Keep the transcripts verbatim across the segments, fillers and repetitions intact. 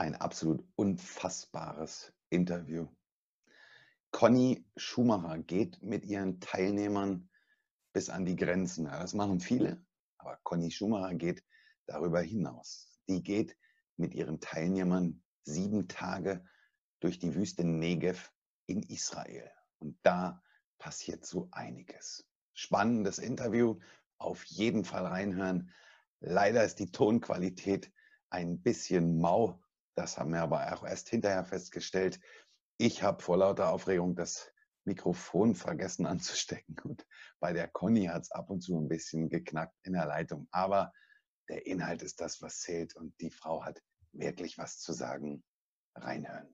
Ein absolut unfassbares Interview. Conny Schumacher geht mit ihren Teilnehmern bis an die Grenzen. Ja, das machen viele, aber Conny Schumacher geht darüber hinaus. Die geht mit ihren Teilnehmern sieben Tage durch die Wüste Negev in Israel. Und da passiert so einiges. Spannendes Interview, auf jeden Fall reinhören. Leider ist die Tonqualität ein bisschen mau. Das haben wir aber auch erst hinterher festgestellt. Ich habe vor lauter Aufregung das Mikrofon vergessen anzustecken. Und bei der Conny hat es ab und zu ein bisschen geknackt in der Leitung. Aber der Inhalt ist das, was zählt. Und die Frau hat wirklich was zu sagen. Reinhören.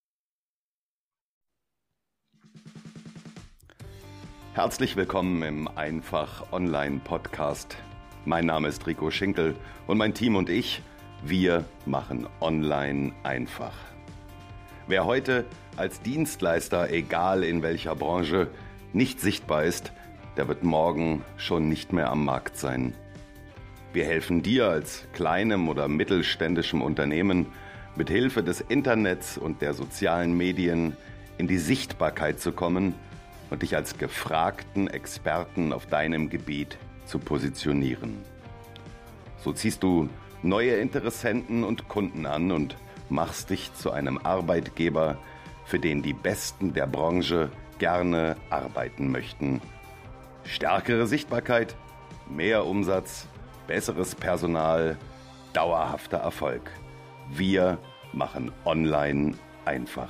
Herzlich willkommen im Einfach Online Podcast. Mein Name ist Rico Schinkel und mein Team und ich, wir machen online einfach. Wer heute als Dienstleister, egal in welcher Branche, nicht sichtbar ist, der wird morgen schon nicht mehr am Markt sein. Wir helfen dir als kleinem oder mittelständischem Unternehmen, mit Hilfe des Internets und der sozialen Medien in die Sichtbarkeit zu kommen und dich als gefragten Experten auf deinem Gebiet zu positionieren. So ziehst du neue Interessenten und Kunden an und machst dich zu einem Arbeitgeber, für den die Besten der Branche gerne arbeiten möchten. Stärkere Sichtbarkeit, mehr Umsatz, besseres Personal, dauerhafter Erfolg. Wir machen online einfach.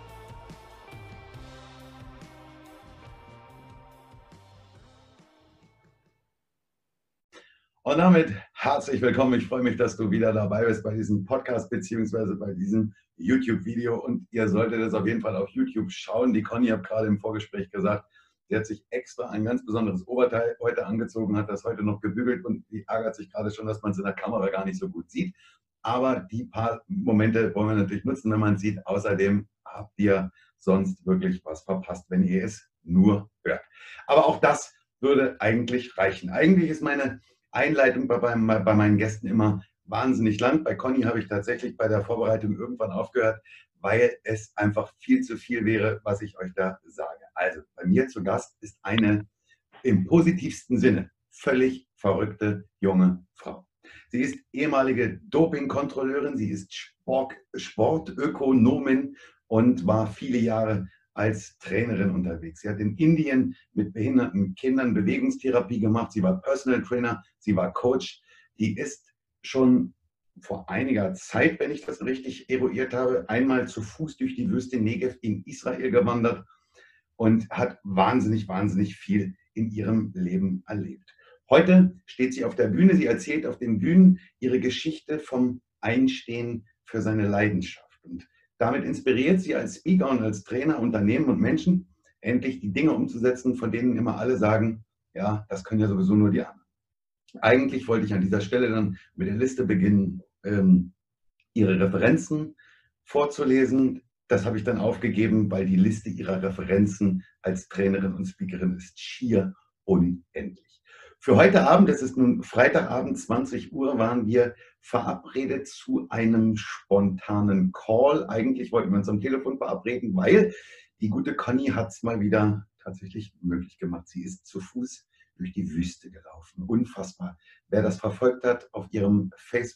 Und damit herzlich willkommen. Ich freue mich, dass du wieder dabei bist bei diesem Podcast bzw. bei diesem YouTube-Video. Und ihr solltet es auf jeden Fall auf YouTube schauen. Die Conny hat gerade im Vorgespräch gesagt, sie hat sich extra ein ganz besonderes Oberteil heute angezogen, hat das heute noch gebügelt und die ärgert sich gerade schon, dass man es in der Kamera gar nicht so gut sieht. Aber die paar Momente wollen wir natürlich nutzen, wenn man es sieht. Außerdem habt ihr sonst wirklich was verpasst, wenn ihr es nur hört. Aber auch das würde eigentlich reichen. Eigentlich ist meine Einleitung bei, bei, bei meinen Gästen immer wahnsinnig lang. Bei Conny habe ich tatsächlich bei der Vorbereitung irgendwann aufgehört, weil es einfach viel zu viel wäre, was ich euch da sage. Also bei mir zu Gast ist eine im positivsten Sinne völlig verrückte junge Frau. Sie ist ehemalige Dopingkontrolleurin, sie ist Sport, Sportökonomin und war viele Jahre als Trainerin unterwegs. Sie hat in Indien mit behinderten Kindern Bewegungstherapie gemacht. Sie war Personal Trainer, sie war Coach. Die ist schon vor einiger Zeit, wenn ich das richtig eruiert habe, einmal zu Fuß durch die Wüste Negev in Israel gewandert und hat wahnsinnig, wahnsinnig viel in ihrem Leben erlebt. Heute steht sie auf der Bühne. Sie erzählt auf den Bühnen ihre Geschichte vom Einstehen für seine Leidenschaft. Und damit inspiriert sie als Speaker und als Trainer Unternehmen und Menschen, endlich die Dinge umzusetzen, von denen immer alle sagen, ja, das können ja sowieso nur die anderen. Eigentlich wollte ich an dieser Stelle dann mit der Liste beginnen, ähm, ihre Referenzen vorzulesen. Das habe ich dann aufgegeben, weil die Liste ihrer Referenzen als Trainerin und Speakerin ist schier unendlich. Für heute Abend, es ist nun Freitagabend, zwanzig Uhr, waren wir verabredet zu einem spontanen Call. Eigentlich wollten wir uns am Telefon verabreden, weil die gute Conny hat es mal wieder tatsächlich möglich gemacht. Sie ist zu Fuß durch die Wüste gelaufen. Unfassbar. Wer das verfolgt hat auf ihrem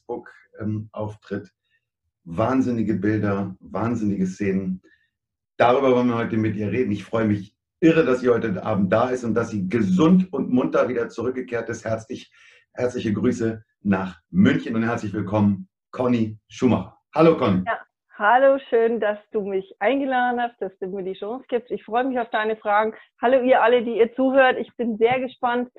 Facebook-Auftritt, wahnsinnige Bilder, wahnsinnige Szenen. Darüber wollen wir heute mit ihr reden. Ich freue mich irre, dass sie heute Abend da ist und dass sie gesund und munter wieder zurückgekehrt ist. Herzlich, herzliche Grüße nach München und herzlich willkommen, Conny Schumacher. Hallo Conny. Ja, hallo, schön, dass du mich eingeladen hast, dass du mir die Chance gibst. Ich freue mich auf deine Fragen. Hallo ihr alle, die ihr zuhört. Ich bin sehr gespannt,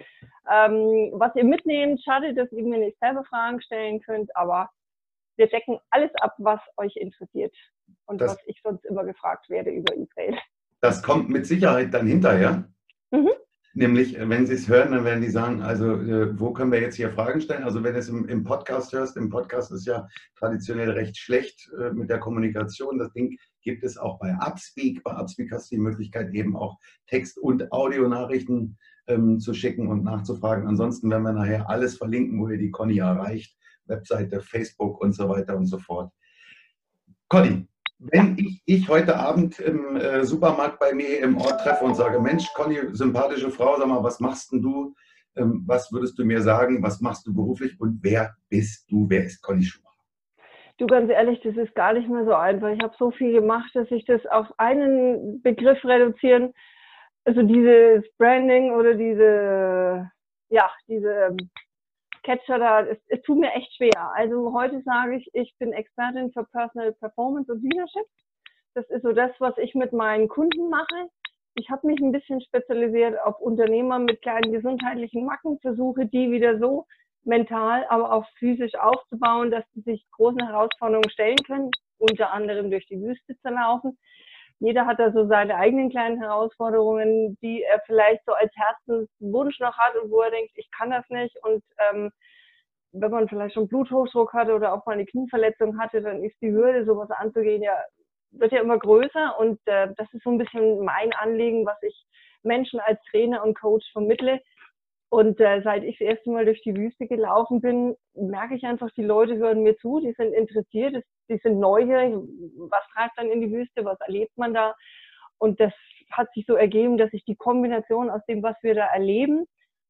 ähm, was ihr mitnehmt. Schade, dass ihr mir nicht selber Fragen stellen könnt, aber wir decken alles ab, was euch interessiert und das, was ich sonst immer gefragt werde über Israel. Das kommt mit Sicherheit dann hinterher. Mhm. Nämlich, wenn Sie es hören, dann werden die sagen, also äh, wo können wir jetzt hier Fragen stellen? Also wenn du es im, im Podcast hörst, im Podcast ist ja traditionell recht schlecht äh, mit der Kommunikation. Das Ding gibt es auch bei Upspeak. Bei Upspeak hast du die Möglichkeit, eben auch Text- und Audionachrichten ähm, zu schicken und nachzufragen. Ansonsten werden wir nachher alles verlinken, wo ihr die Conny erreicht. Webseite, Facebook und so weiter und so fort. Conny, wenn ich dich heute Abend im äh, Supermarkt bei mir im Ort treffe und sage, Mensch, Conny, sympathische Frau, sag mal, was machst denn du? Ähm, was würdest du mir sagen? Was machst du beruflich und wer bist du? Wer ist Conny Schumacher? Du, ganz ehrlich, das ist gar nicht mehr so einfach. Ich habe so viel gemacht, dass ich das auf einen Begriff reduzieren, also dieses Branding oder diese, ja, diese Catcher da, es, es tut mir echt schwer. Also heute sage ich, ich bin Expertin für Personal Performance und Leadership. Das ist so das, was ich mit meinen Kunden mache. Ich habe mich ein bisschen spezialisiert auf Unternehmer mit kleinen gesundheitlichen Macken, versuche die wieder so mental, aber auch physisch aufzubauen, dass sie sich großen Herausforderungen stellen können, unter anderem durch die Wüste zu laufen. Jeder hat da so seine eigenen kleinen Herausforderungen, die er vielleicht so als Herzenswunsch noch hat und wo er denkt, ich kann das nicht. Und ähm, wenn man vielleicht schon Bluthochdruck hatte oder auch mal eine Knieverletzung hatte, dann ist die Hürde, sowas anzugehen, ja, wird ja immer größer. Und äh, das ist so ein bisschen mein Anliegen, was ich Menschen als Trainer und Coach vermittle. Und äh, seit ich das erste Mal durch die Wüste gelaufen bin, merke ich einfach, die Leute hören mir zu, die sind interessiert, die sind neugierig. Was treibt dann in die Wüste, was erlebt man da? Und das hat sich so ergeben, dass ich die Kombination aus dem, was wir da erleben,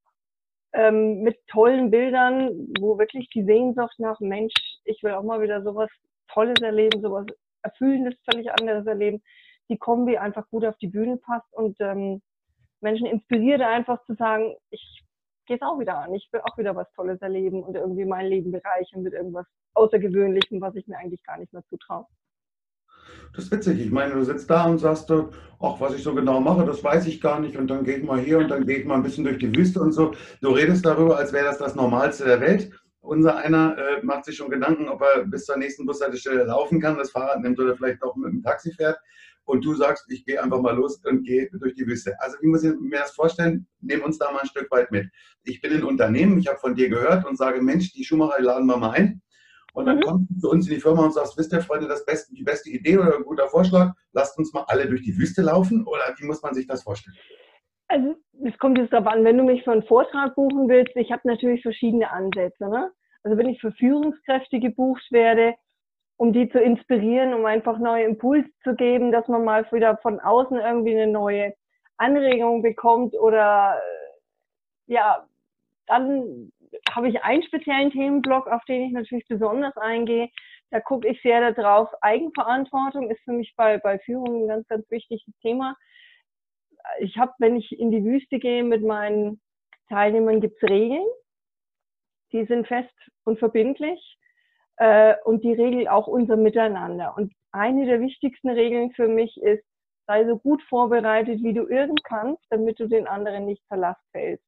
ähm, mit tollen Bildern, wo wirklich die Sehnsucht nach Mensch, ich will auch mal wieder sowas Tolles erleben, sowas Erfüllendes, völlig anderes erleben, die Kombi einfach gut auf die Bühne passt und ähm, Menschen inspiriert einfach zu sagen, ich gehe es auch wieder an, ich will auch wieder was Tolles erleben und irgendwie mein Leben bereichern mit irgendwas Außergewöhnlichem, was ich mir eigentlich gar nicht mehr zutraue. Das ist witzig. Ich meine, du sitzt da und sagst, ach, was ich so genau mache, das weiß ich gar nicht. Und dann geht mal hier und dann geht mal ein bisschen durch die Wüste und so. Du redest darüber, als wäre das das Normalste der Welt. Unser einer äh, macht sich schon Gedanken, ob er bis zur nächsten Bushaltestelle laufen kann, das Fahrrad nimmt oder vielleicht auch mit dem Taxi fährt. Und du sagst, ich gehe einfach mal los und gehe durch die Wüste. Also wie muss ich mir das vorstellen? Nehmen uns da mal ein Stück weit mit. Ich bin ein Unternehmen, ich habe von dir gehört und sage, Mensch, die Schumacher laden wir mal ein. Und dann mhm. kommst du zu uns in die Firma und sagst, wisst ihr, Freunde, das beste, die beste Idee oder ein guter Vorschlag, lasst uns mal alle durch die Wüste laufen? Oder wie muss man sich das vorstellen? Also es kommt jetzt darauf an, wenn du mich für einen Vortrag buchen willst, ich habe natürlich verschiedene Ansätze. Ne? Also wenn ich für Führungskräfte gebucht werde, um die zu inspirieren, um einfach neue Impulse zu geben, dass man mal wieder von außen irgendwie eine neue Anregung bekommt oder ja, dann habe ich einen speziellen Themenblock, auf den ich natürlich besonders eingehe. Da gucke ich sehr darauf. Eigenverantwortung ist für mich bei, bei Führung ein ganz, ganz wichtiges Thema. Ich habe, wenn ich in die Wüste gehe mit meinen Teilnehmern, gibt es Regeln. Die sind fest und verbindlich. Und die regeln auch unser Miteinander. Und eine der wichtigsten Regeln für mich ist, sei so gut vorbereitet, wie du irgend kannst, damit du den anderen nicht zur Last fällst.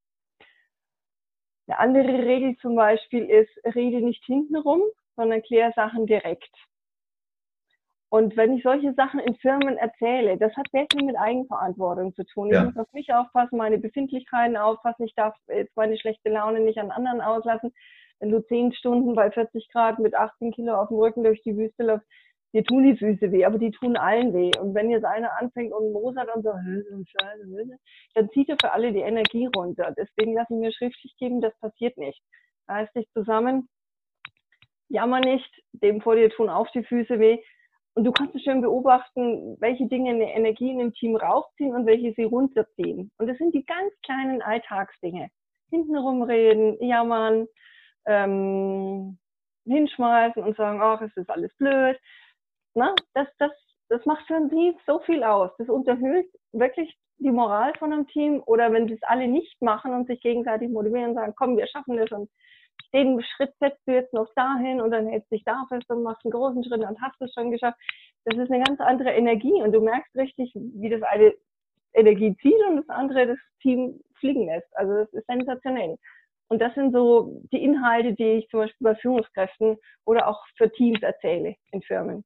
Eine andere Regel zum Beispiel ist, rede nicht hintenrum, sondern klär Sachen direkt. Und wenn ich solche Sachen in Firmen erzähle, das hat sehr viel mit Eigenverantwortung zu tun. Ich ja. muss auf mich aufpassen, meine Befindlichkeiten aufpassen, ich darf jetzt meine schlechte Laune nicht an anderen auslassen. Wenn du zehn Stunden bei vierzig Grad mit achtzehn Kilo auf dem Rücken durch die Wüste läufst, dir tun die Füße weh, aber die tun allen weh. Und wenn jetzt einer anfängt und mosert und so, dann zieht er für alle die Energie runter. Deswegen lasse ich mir schriftlich geben, das passiert nicht. Reiß dich zusammen, jammer nicht, dem vor dir tun auch die Füße weh. Und du kannst schön beobachten, welche Dinge eine Energie in dem Team raufziehen und welche sie runterziehen. Und das sind die ganz kleinen Alltagsdinge. Hintenrum reden, jammern, ähm, hinschmeißen und sagen, ach, es ist alles blöd. Na, das, das, das macht für ein Team so viel aus. Das unterhöht wirklich die Moral von einem Team. Oder wenn sie es alle nicht machen und sich gegenseitig motivieren und sagen, komm, wir schaffen das und den Schritt setzt du jetzt noch dahin und dann hältst du dich da fest und machst einen großen Schritt und hast es schon geschafft. Das ist eine ganz andere Energie und du merkst richtig, wie das eine Energie zieht und das andere das Team fliegen lässt. Also das ist sensationell. Und das sind so die Inhalte, die ich zum Beispiel bei Führungskräften oder auch für Teams erzähle in Firmen.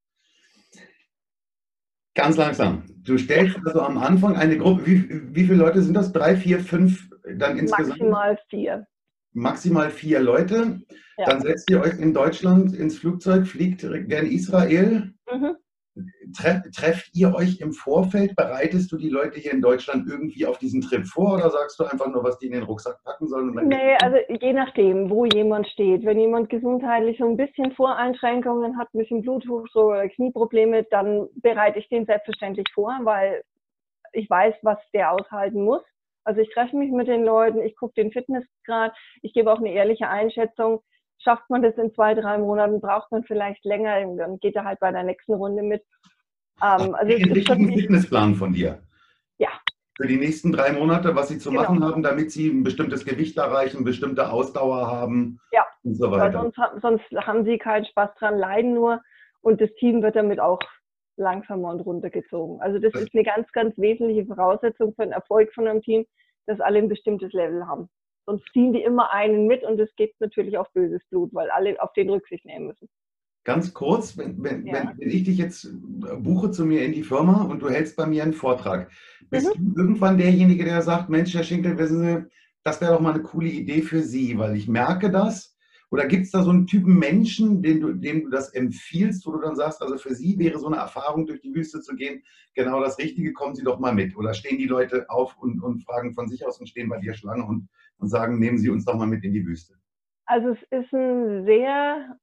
Ganz langsam. Du stellst also am Anfang eine Gruppe, wie, wie viele Leute sind das? Drei, vier, fünf dann insgesamt? Maximal vier. Maximal vier Leute. Ja. Dann setzt ihr euch in Deutschland ins Flugzeug, fliegt gen Israel. Mhm. treff, trefft ihr euch im Vorfeld? Bereitest du die Leute hier in Deutschland irgendwie auf diesen Trip vor oder sagst du einfach nur, was die in den Rucksack packen sollen? Und dann Nee, also je nachdem, wo jemand steht. Wenn jemand gesundheitlich so ein bisschen Voreinschränkungen hat, ein bisschen Bluthochdruck oder Knieprobleme, dann bereite ich den selbstverständlich vor, weil ich weiß, was der aushalten muss. Also ich treffe mich mit den Leuten, ich gucke den Fitnessgrad, ich gebe auch eine ehrliche Einschätzung. Schafft man das in zwei, drei Monaten, braucht man vielleicht länger, dann geht er halt bei der nächsten Runde mit. Ähm, also einen richtigen Fitnessplan von dir? Ja. Für die nächsten drei Monate, was sie zu genau. machen haben, damit sie ein bestimmtes Gewicht erreichen, bestimmte Ausdauer haben ja. und so weiter. Weil sonst, sonst haben sie keinen Spaß dran, leiden nur und das Team wird damit auch langsamer und runtergezogen. Also das, das ist eine ganz, ganz wesentliche Voraussetzung für den Erfolg von einem Team, dass alle ein bestimmtes Level haben. Sonst ziehen die immer einen mit und es geht natürlich auf böses Blut, weil alle auf den Rücksicht nehmen müssen. Ganz kurz, wenn, wenn, Ja. wenn, wenn ich dich jetzt buche zu mir in die Firma und du hältst bei mir einen Vortrag, bist mhm. du irgendwann derjenige, der sagt, Mensch, Herr Schinkel, wissen Sie, das wäre doch mal eine coole Idee für Sie, weil ich merke das? Oder gibt es da so einen Typen Menschen, den du, dem du das empfiehlst, wo du dann sagst, also für Sie wäre so eine Erfahrung, durch die Wüste zu gehen, genau das Richtige, kommen Sie doch mal mit. Oder stehen die Leute auf und, und fragen von sich aus und stehen bei dir Schlange und, und sagen, nehmen Sie uns doch mal mit in die Wüste? Also es ist ein sehr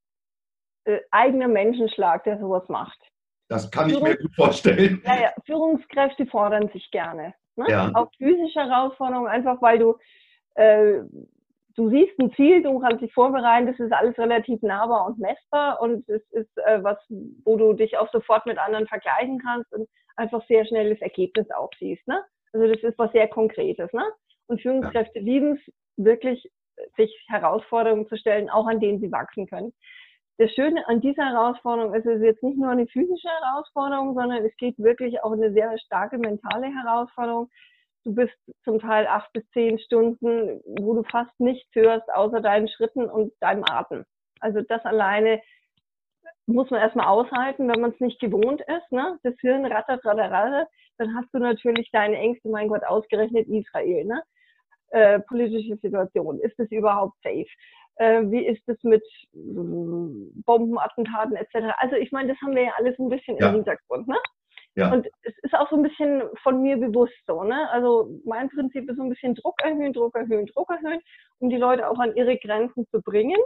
äh, eigener Menschenschlag, der sowas macht. Das kann ich mir gut vorstellen. Ja, ja, Führungskräfte fordern sich gerne. Ne? Ja. Auch physische Herausforderungen, einfach weil du äh, Du siehst ein Ziel, du kannst dich vorbereiten, das ist alles relativ nahbar und messbar und es ist äh, was, wo du dich auch sofort mit anderen vergleichen kannst und einfach sehr schnell das Ergebnis auch siehst. Ne? Also das ist was sehr Konkretes. Ne? Und Führungskräfte ja. lieben es wirklich, sich Herausforderungen zu stellen, auch an denen sie wachsen können. Das Schöne an dieser Herausforderung ist, es ist jetzt nicht nur eine physische Herausforderung, sondern es geht wirklich auch eine sehr starke mentale Herausforderung. Du bist zum Teil acht bis zehn Stunden, wo du fast nichts hörst, außer deinen Schritten und deinem Atem. Also das alleine muss man erstmal aushalten, wenn man es nicht gewohnt ist. Ne? Das Hirn rattert, rattert, rattert. Dann hast du natürlich deine Ängste, mein Gott, ausgerechnet Israel. Ne? Äh, politische Situation, ist es überhaupt safe? Äh, wie ist es mit äh, Bombenattentaten et cetera? Also ich meine, das haben wir ja alles ein bisschen ja. im Hintergrund. Ne? Ja. Und es ist auch so ein bisschen von mir bewusst so, ne? Also mein Prinzip ist so ein bisschen Druck erhöhen, Druck erhöhen, Druck erhöhen, um die Leute auch an ihre Grenzen zu bringen.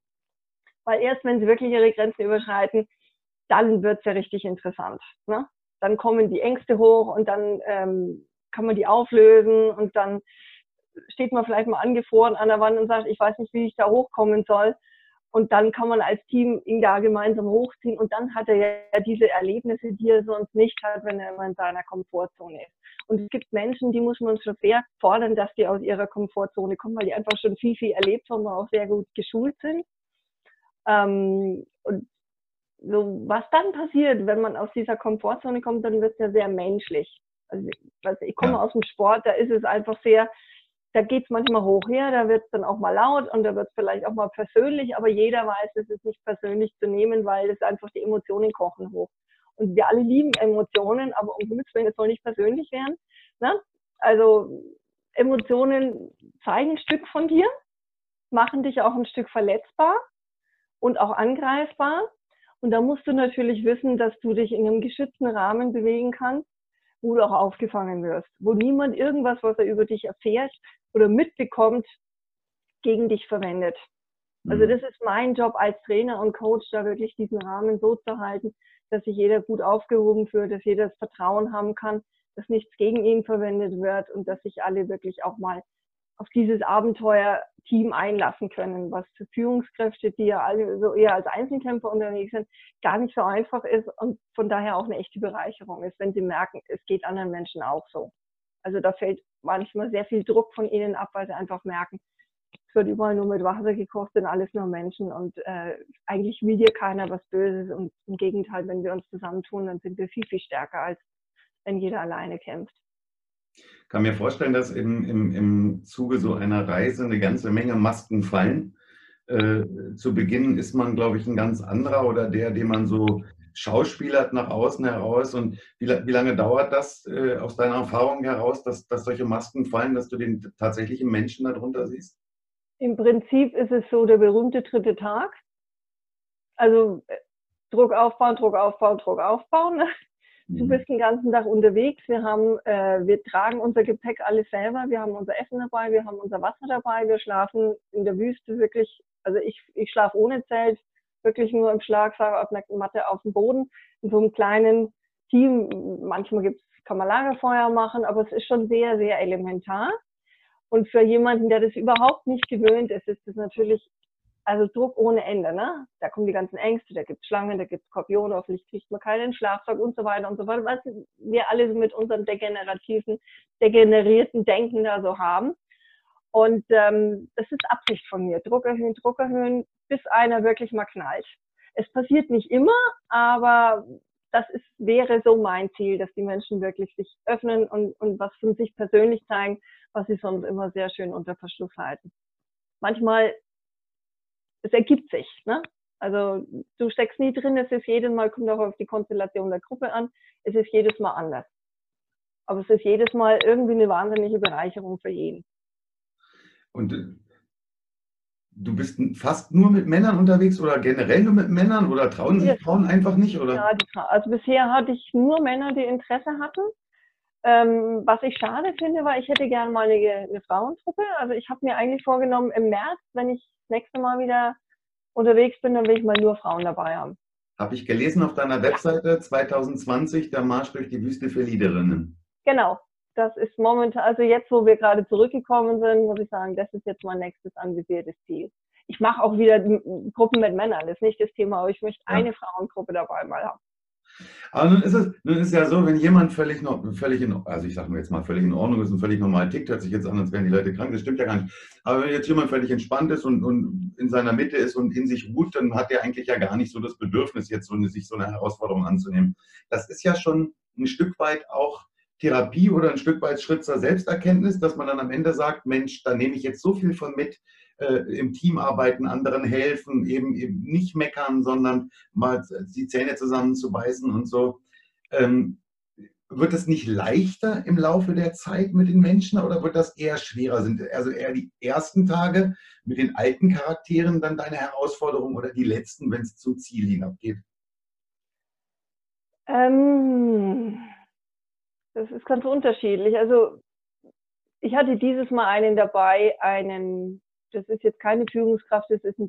Weil erst wenn sie wirklich ihre Grenzen überschreiten, dann wird es ja richtig interessant. Ne? Dann kommen die Ängste hoch und dann ähm, kann man die auflösen und dann steht man vielleicht mal angefroren an der Wand und sagt, ich weiß nicht, wie ich da hochkommen soll. Und dann kann man als Team ihn da gemeinsam hochziehen und dann hat er ja diese Erlebnisse, die er sonst nicht hat, wenn er immer in seiner Komfortzone ist. Und es gibt Menschen, die muss man schon sehr fordern, dass die aus ihrer Komfortzone kommen, weil die einfach schon viel, viel erlebt haben und auch sehr gut geschult sind. Ähm, und so, was dann passiert, wenn man aus dieser Komfortzone kommt, dann wird es ja sehr menschlich. Also, also ich komme ja. aus dem Sport, da ist es einfach sehr... Da geht es manchmal hoch her, da wird es dann auch mal laut und da wird es vielleicht auch mal persönlich, aber jeder weiß, es ist nicht persönlich zu nehmen, weil es einfach die Emotionen kochen hoch. Und wir alle lieben Emotionen, aber um Himmels Willen, es soll nicht persönlich werden. Ne? Also Emotionen zeigen ein Stück von dir, machen dich auch ein Stück verletzbar und auch angreifbar. Und da musst du natürlich wissen, dass du dich in einem geschützten Rahmen bewegen kannst, wo du auch aufgefangen wirst, wo niemand irgendwas, was er über dich erfährt oder mitbekommt, gegen dich verwendet. Also das ist mein Job als Trainer und Coach, da wirklich diesen Rahmen so zu halten, dass sich jeder gut aufgehoben fühlt, dass jeder das Vertrauen haben kann, dass nichts gegen ihn verwendet wird und dass sich alle wirklich auch mal auf dieses Abenteuer-Team einlassen können, was für Führungskräfte, die ja alle so eher als Einzelkämpfer unterwegs sind, gar nicht so einfach ist und von daher auch eine echte Bereicherung ist, wenn sie merken, es geht anderen Menschen auch so. Also da fällt manchmal sehr viel Druck von ihnen ab, weil sie einfach merken, es wird überall nur mit Wasser gekocht, sind alles nur Menschen und äh, eigentlich will dir keiner was Böses und im Gegenteil, wenn wir uns zusammentun, dann sind wir viel, viel stärker, als wenn jeder alleine kämpft. Ich kann mir vorstellen, dass im, im, im Zuge so einer Reise eine ganze Menge Masken fallen. Äh, zu Beginn ist man, glaube ich, ein ganz anderer oder der, den man so schauspielert nach außen heraus. Und wie, wie lange dauert das äh, aus deiner Erfahrung heraus, dass, dass solche Masken fallen, dass du den tatsächlichen Menschen darunter siehst? Im Prinzip ist es so der berühmte dritte Tag. Also Druck aufbauen, Druck aufbauen, Druck aufbauen. Ne? Du bist den ganzen Tag unterwegs. Wir haben, äh, wir tragen unser Gepäck alles selber. Wir haben unser Essen dabei, wir haben unser Wasser dabei. Wir schlafen in der Wüste wirklich. Also ich, ich schlafe ohne Zelt, wirklich nur im Schlagsack auf einer Matte auf dem Boden in so einem kleinen Team. Manchmal gibt's, kann man Lagerfeuer machen, aber es ist schon sehr, sehr elementar. Und für jemanden, der das überhaupt nicht gewöhnt ist, ist das natürlich also Druck ohne Ende, ne? Da kommen die ganzen Ängste, da gibt's Schlangen, da gibt's Skorpione, hoffentlich kriegt man keinen Schlafsack und so weiter und so weiter, was wir alle so mit unserem degenerativen, degenerierten Denken da so haben. Und ähm, das ist Absicht von mir. Druck erhöhen, Druck erhöhen, bis einer wirklich mal knallt. Es passiert nicht immer, aber das ist, wäre so mein Ziel, dass die Menschen wirklich sich öffnen und, und was von sich persönlich zeigen, was sie sonst immer sehr schön unter Verschluss halten. Manchmal es ergibt sich, ne? Also du steckst nie drin, es ist jedes Mal, kommt auch auf die Konstellation der Gruppe an, es ist jedes Mal anders. Aber es ist jedes Mal irgendwie eine wahnsinnige Bereicherung für jeden. Und äh, du bist fast nur mit Männern unterwegs oder generell nur mit Männern oder trauen sich Frauen einfach nicht? Oder? Ja, die, also bisher hatte ich nur Männer, die Interesse hatten. Ähm, was ich schade finde, war, ich hätte gerne mal eine, eine Frauentruppe. Also ich habe mir eigentlich vorgenommen, im März, wenn ich das nächste Mal wieder unterwegs bin, dann will ich mal nur Frauen dabei haben. Habe ich gelesen auf deiner Webseite zwanzig zwanzig, der Marsch durch die Wüste für Leaderinnen. Genau, das ist momentan, also jetzt, wo wir gerade zurückgekommen sind, muss ich sagen, das ist jetzt mein nächstes anvisiertes Ziel. Ich mache auch wieder Gruppen mit Männern, das ist nicht das Thema, aber ich möchte ja. eine Frauengruppe dabei mal haben. Aber nun ist es nun ist ja so, wenn jemand völlig, noch, völlig in, also ich sage mir jetzt mal völlig in Ordnung ist und völlig normal tickt, hört sich jetzt an, als wären die Leute krank, das stimmt ja gar nicht. Aber wenn jetzt jemand völlig entspannt ist und, und in seiner Mitte ist und in sich ruht, dann hat er eigentlich ja gar nicht so das Bedürfnis, jetzt so eine, sich so eine Herausforderung anzunehmen. Das ist ja schon ein Stück weit auch Therapie oder ein Stück weit Schritt zur Selbsterkenntnis, dass man dann am Ende sagt, Mensch, da nehme ich jetzt so viel von mit, äh, im Team arbeiten, anderen helfen, eben, eben nicht meckern, sondern mal die Zähne zusammenzubeißen und so. Ähm, wird es nicht leichter im Laufe der Zeit mit den Menschen oder wird das eher schwerer? Sind also eher die ersten Tage mit den alten Charakteren dann deine Herausforderung oder die letzten, wenn es zum Ziel hinabgeht? Ähm, das ist ganz unterschiedlich. Also ich hatte dieses Mal einen dabei, einen, das ist jetzt keine Führungskraft, das ist ein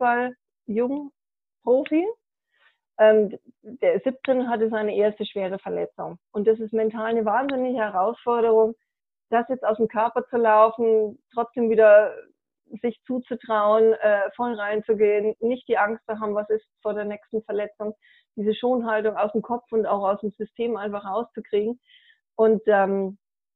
Basketball-Jung-Profi. Ähm, der ist siebzehn, hatte seine erste schwere Verletzung. Und das ist mental eine wahnsinnige Herausforderung, das jetzt aus dem Körper zu laufen, trotzdem wieder sich zuzutrauen, äh, voll reinzugehen, nicht die Angst zu haben, was ist vor der nächsten Verletzung, diese Schonhaltung aus dem Kopf und auch aus dem System einfach rauszukriegen. Und ähm,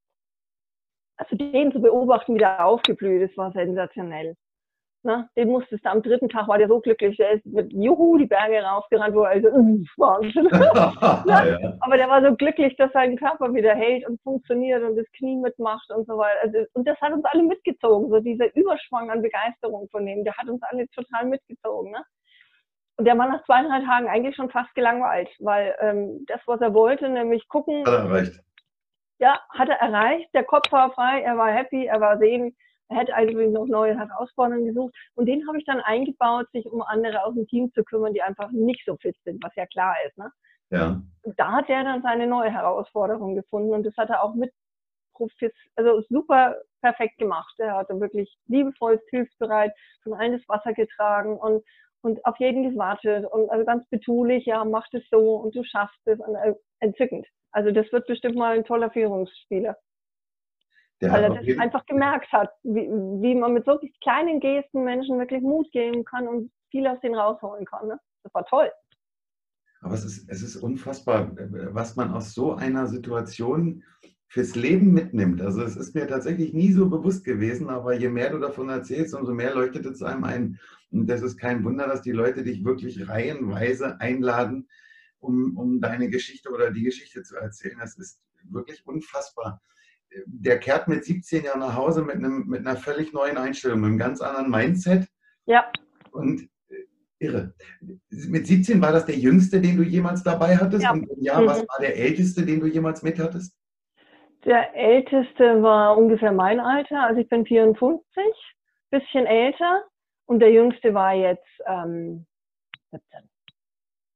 also den zu beobachten, wie der aufgeblüht ist, war sensationell. Na, den musstest du am dritten Tag, war der so glücklich, der ist mit Juhu die Berge raufgerannt, wo er also, uh, Wahnsinn. Ja, ja. Aber der war so glücklich, dass sein Körper wieder hält und funktioniert und das Knie mitmacht und so weiter. Also, und das hat uns alle mitgezogen, so dieser Überschwang an Begeisterung von dem, der hat uns alle total mitgezogen. Ne? Und der war nach zwei, drei Tagen eigentlich schon fast gelangweilt, weil ähm, das, was er wollte, nämlich gucken, hat er erreicht. Ja, hat er erreicht, der Kopf war frei, er war happy, er war sehen, er hätte eigentlich noch neue Herausforderungen gesucht und den habe ich dann eingebaut, sich um andere aus dem Team zu kümmern, die einfach nicht so fit sind, was ja klar ist. Ne? Ja. Und da hat er dann seine neue Herausforderung gefunden und das hat er auch mit also super perfekt gemacht. Er hat wirklich liebevoll, hilfsbereit von allen das Wasser getragen und, und auf jeden gewartet und also ganz betulich, ja, mach das so und du schaffst es und äh, entzückend. Also das wird bestimmt mal ein toller Führungsspieler. Der weil er das einfach gemerkt hat, wie, wie man mit so kleinen Gesten Menschen wirklich Mut geben kann und viel aus denen rausholen kann. Ne? Das war toll. Aber es ist, es ist unfassbar, was man aus so einer Situation fürs Leben mitnimmt. Also es ist mir tatsächlich nie so bewusst gewesen, aber je mehr du davon erzählst, umso mehr leuchtet es einem ein. Und das ist kein Wunder, dass die Leute dich wirklich reihenweise einladen, um, um deine Geschichte oder die Geschichte zu erzählen. Das ist wirklich unfassbar. Der kehrt mit siebzehn Jahren nach Hause mit, einem, mit einer völlig neuen Einstellung, mit einem ganz anderen Mindset. Ja. Und äh, irre. Mit siebzehn war das der Jüngste, den du jemals dabei hattest? Ja. Und ja, mhm. Was war der Älteste, den du jemals mit hattest? Der Älteste war ungefähr mein Alter, also ich bin vierundfünfzig, bisschen älter. Und der Jüngste war jetzt ähm, siebzehn.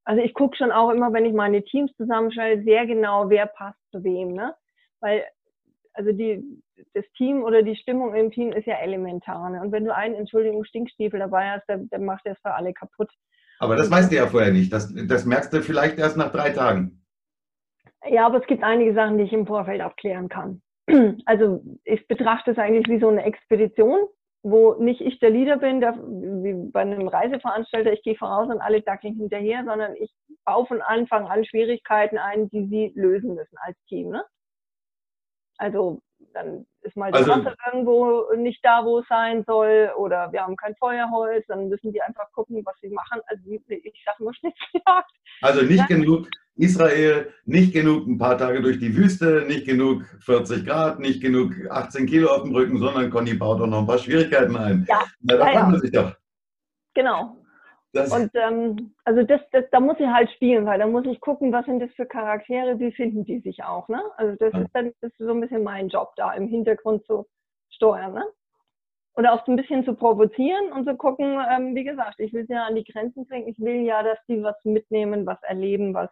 Also ich gucke schon auch immer, wenn ich meine Teams zusammenstelle, sehr genau, wer passt zu wem, ne? Weil, also die, das Team oder die Stimmung im Team ist ja elementar, ne? Und wenn du einen, Entschuldigung, Stinkstiefel dabei hast, dann, dann macht das für alle kaputt. Aber das weißt du ja vorher nicht. Das, das merkst du vielleicht erst nach drei Tagen. Ja, aber es gibt einige Sachen, die ich im Vorfeld abklären kann. Also ich betrachte es eigentlich wie so eine Expedition, wo nicht ich der Leader bin, der, wie bei einem Reiseveranstalter, ich gehe voraus und alle dackeln hinterher, sondern ich baue von Anfang an Schwierigkeiten ein, die sie lösen müssen als Team, ne? Also dann ist mal das Also, Wasser irgendwo nicht da, wo es sein soll, oder wir haben kein Feuerholz, dann müssen die einfach gucken, was sie machen. Also ich sage nur Schnitzeljagd. also nicht Ja, genug Israel, nicht genug ein paar Tage durch die Wüste, nicht genug vierzig Grad, nicht genug achtzehn Kilo auf dem Rücken, sondern Conny baut auch noch ein paar Schwierigkeiten ein. ja, Na, da ja, freut man ja, sich doch. genau. Das, Und ähm, also das, das, da muss ich halt spielen, weil da muss ich gucken, was sind das für Charaktere, wie finden die sich auch, ne? Also das ist dann das ist so ein bisschen mein Job, da im Hintergrund zu steuern, ne? Oder auch so ein bisschen zu provozieren und zu gucken, ähm, wie gesagt, ich will sie ja an die Grenzen bringen, ich will ja, dass die was mitnehmen, was erleben, was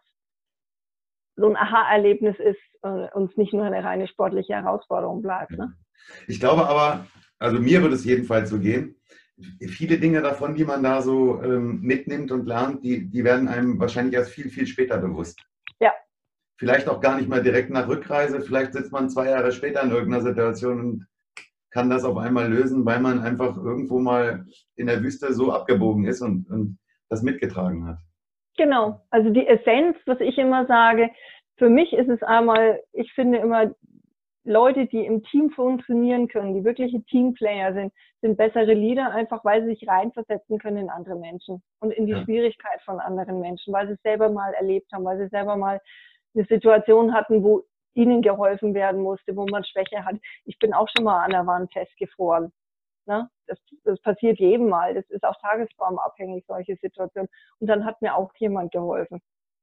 so ein Aha-Erlebnis ist äh, und es nicht nur eine reine sportliche Herausforderung bleibt, ne? ich glaube aber, also mir wird es jedenfalls so gehen, viele Dinge davon, die man da so ähm, mitnimmt und lernt, die, die werden einem wahrscheinlich erst viel, viel später bewusst. Ja. Vielleicht auch gar nicht mal direkt nach Rückreise, vielleicht sitzt man zwei Jahre später in irgendeiner Situation und kann das auf einmal lösen, weil man einfach irgendwo mal in der Wüste so abgebogen ist und, und das mitgetragen hat. Genau, also die Essenz, was ich immer sage, für mich ist es einmal, ich finde immer, Leute, die im Team funktionieren können, die wirkliche Teamplayer sind, sind bessere Leader, einfach weil sie sich reinversetzen können in andere Menschen und in die Ja. Schwierigkeit von anderen Menschen, weil sie es selber mal erlebt haben, weil sie selber mal eine Situation hatten, wo ihnen geholfen werden musste, wo man Schwäche hat. Ich bin auch schon mal an der Wand festgefroren. Ne? Das, das passiert jedem Mal. Das ist auch tagesformabhängig, solche Situationen. Und dann hat mir auch jemand geholfen.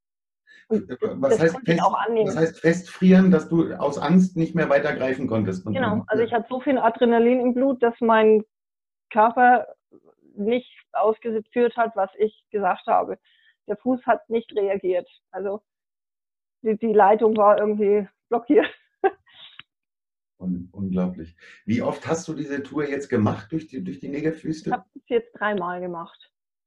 Und das, Was das heißt, konnte ich fest, auch annehmen. was heißt festfrieren, dass du aus Angst nicht mehr weiter greifen konntest? Und, Genau, und, also ich hatte so viel Adrenalin im Blut, dass mein Körper nicht ausgeführt hat, was ich gesagt habe. Der Fuß hat nicht reagiert. Also die, die Leitung war irgendwie blockiert. un, unglaublich. Wie oft hast du diese Tour jetzt gemacht durch die, durch die Negev-Wüste? Ich habe es jetzt dreimal gemacht.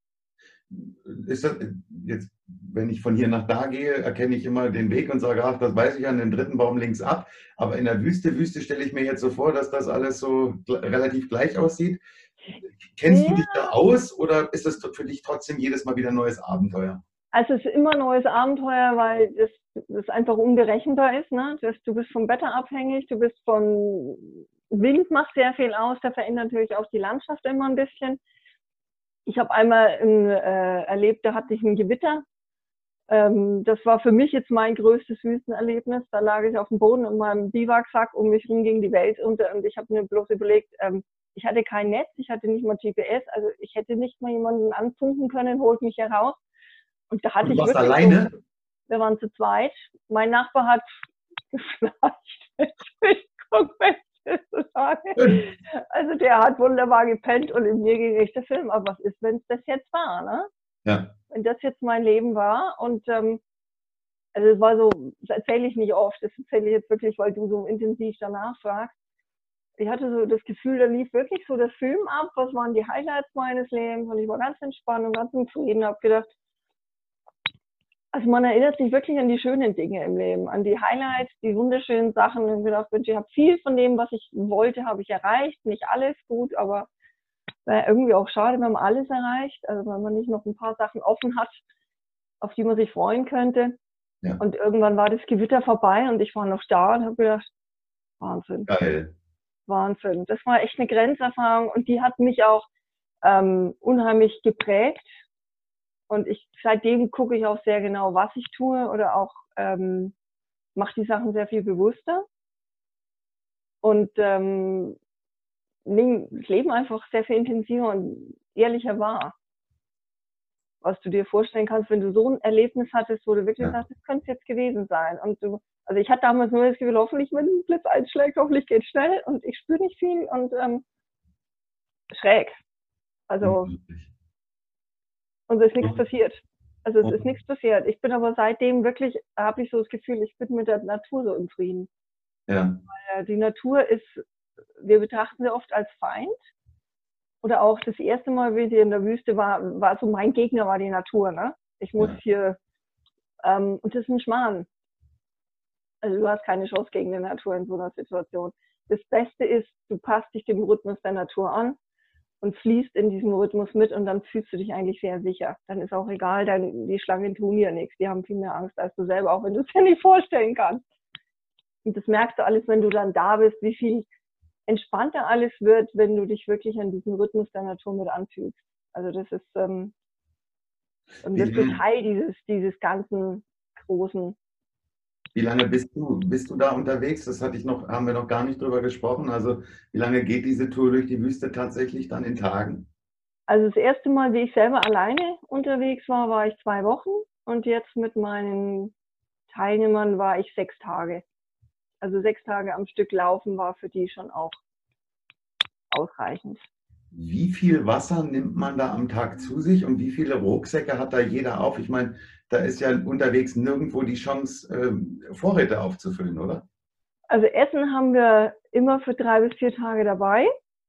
Ist das jetzt, wenn ich von hier nach da gehe, erkenne ich immer den Weg und sage, ach, das weiß ich an dem dritten Baum links ab. Aber in der Wüste, Wüste stelle ich mir jetzt so vor, dass das alles so relativ gleich aussieht. Kennst Ja, du dich da aus oder ist das für dich trotzdem jedes Mal wieder ein neues Abenteuer? also es ist immer ein neues Abenteuer, weil das, das einfach unberechenbar ist. Ne? Das, du bist vom Wetter abhängig, du bist von Wind, macht sehr viel aus, der verändert natürlich auch die Landschaft immer ein bisschen. Ich habe einmal ein, äh, erlebt, da hatte ich ein Gewitter. Ähm, das war für mich jetzt mein größtes Wüstenerlebnis. Da lag ich auf dem Boden in meinem Biwaksack, um mich rum ging die Welt unter und ich habe mir bloß überlegt, ähm, ich hatte kein Netz, ich hatte nicht mal G P S, also ich hätte nicht mal jemanden anfunken können, holt mich heraus. Und da hatte Und du ich warst wirklich alleine? So, wir waren zu zweit. Mein Nachbar hat geflasht. Entschuldigung, wenn ich das so sage. Also der hat wunderbar gepennt und in mir ging echt der Film. Aber was ist, wenn es das jetzt war, ne? Ja. Wenn das jetzt mein Leben war und ähm, also es war so, das erzähle ich nicht oft, das erzähle ich jetzt wirklich, weil du so intensiv danach fragst. Ich hatte so das Gefühl, da lief wirklich so der Film ab, was waren die Highlights meines Lebens und ich war ganz entspannt und ganz zufrieden, habe gedacht, also man erinnert sich wirklich an die schönen Dinge im Leben, an die Highlights, die wunderschönen Sachen. Und ich habe gedacht, Mensch, ich habe viel von dem, was ich wollte, habe ich erreicht. Nicht alles gut, aber wäre irgendwie auch schade, wenn man alles erreicht. Also wenn man nicht noch ein paar Sachen offen hat, auf die man sich freuen könnte. Ja. Und irgendwann war das Gewitter vorbei und ich war noch da und habe gedacht, Wahnsinn. Geil. Wahnsinn. Das war echt eine Grenzerfahrung und die hat mich auch ähm, unheimlich geprägt. Und ich, seitdem gucke ich auch sehr genau, was ich tue oder auch ähm, mache die Sachen sehr viel bewusster und ähm, nehme das Leben einfach sehr viel intensiver und ehrlicher wahr. Was du dir vorstellen kannst, wenn du so ein Erlebnis hattest, wo du wirklich Ja. sagst, das könnte es jetzt gewesen sein. Und du, also ich hatte damals nur das Gefühl, hoffentlich, wenn ein Blitz einschlägt, hoffentlich geht es schnell und ich spüre nicht viel und ähm, schräg. Also Unglaublich. und es ist nichts passiert. Also es Oh, ist nichts passiert. Ich bin aber seitdem wirklich, habe ich so das Gefühl, ich bin mit der Natur so im Frieden. ja, Äh, Die Natur ist, wir betrachten sie oft als Feind. Oder auch das erste Mal, wie sie in der Wüste war, war so mein Gegner war die Natur. Ne? Ich muss ja. hier, ähm, und das ist ein Schmarrn. Also du hast keine Chance gegen die Natur in so einer Situation. Das Beste ist, du passt dich dem Rhythmus der Natur an und fließt in diesem Rhythmus mit und dann fühlst du dich eigentlich sehr sicher. Dann ist auch egal, dann, die Schlangen tun dir nichts. Die haben viel mehr Angst als du selber, auch wenn du es dir nicht vorstellen kannst. Und das merkst du alles, wenn du dann da bist, wie viel entspannter alles wird, wenn du dich wirklich an diesen Rhythmus der Natur mit anfühlst. Also das ist, ähm, Wie das ist lange, Teil dieses, dieses ganzen großen. wie lange bist du, bist du da unterwegs? Das hatte ich noch, haben wir noch gar nicht drüber gesprochen. Also wie lange geht diese Tour durch die Wüste tatsächlich dann in Tagen? Also das erste Mal, wie ich selber alleine unterwegs war, war ich zwei Wochen und jetzt mit meinen Teilnehmern war ich sechs Tage. Also sechs Tage am Stück laufen war für die schon auch ausreichend. Wie viel Wasser nimmt man da am Tag zu sich und wie viele Rucksäcke hat da jeder auf? Ich meine, da ist ja unterwegs nirgendwo die Chance, ähm, Vorräte aufzufüllen, oder? Also Essen haben wir immer für drei bis vier Tage dabei.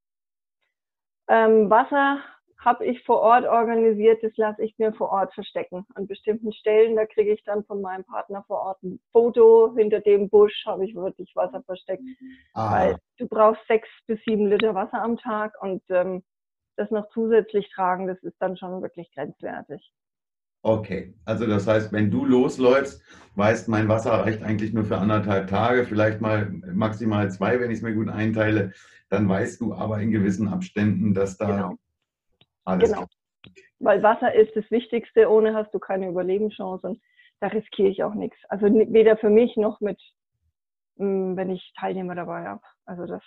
Ähm, Wasser habe ich vor Ort organisiert, das lasse ich mir vor Ort verstecken. An bestimmten Stellen, da kriege ich dann von meinem Partner vor Ort ein Foto. Hinter dem Busch habe ich wirklich Wasser versteckt, weil Aha, du brauchst sechs bis sieben Liter Wasser am Tag und ähm, das noch zusätzlich tragen, das ist dann schon wirklich grenzwertig. okay. Also das heißt, wenn du losläufst, weißt, mein Wasser reicht eigentlich nur für anderthalb Tage, vielleicht mal maximal zwei, wenn ich es mir gut einteile, dann weißt du aber in gewissen Abständen, dass da Genau, alles genau. klar. Weil Wasser ist das Wichtigste, ohne hast du keine Überlebenschance und da riskiere ich auch nichts. Also weder für mich noch mit, wenn ich Teilnehmer dabei habe. Also das,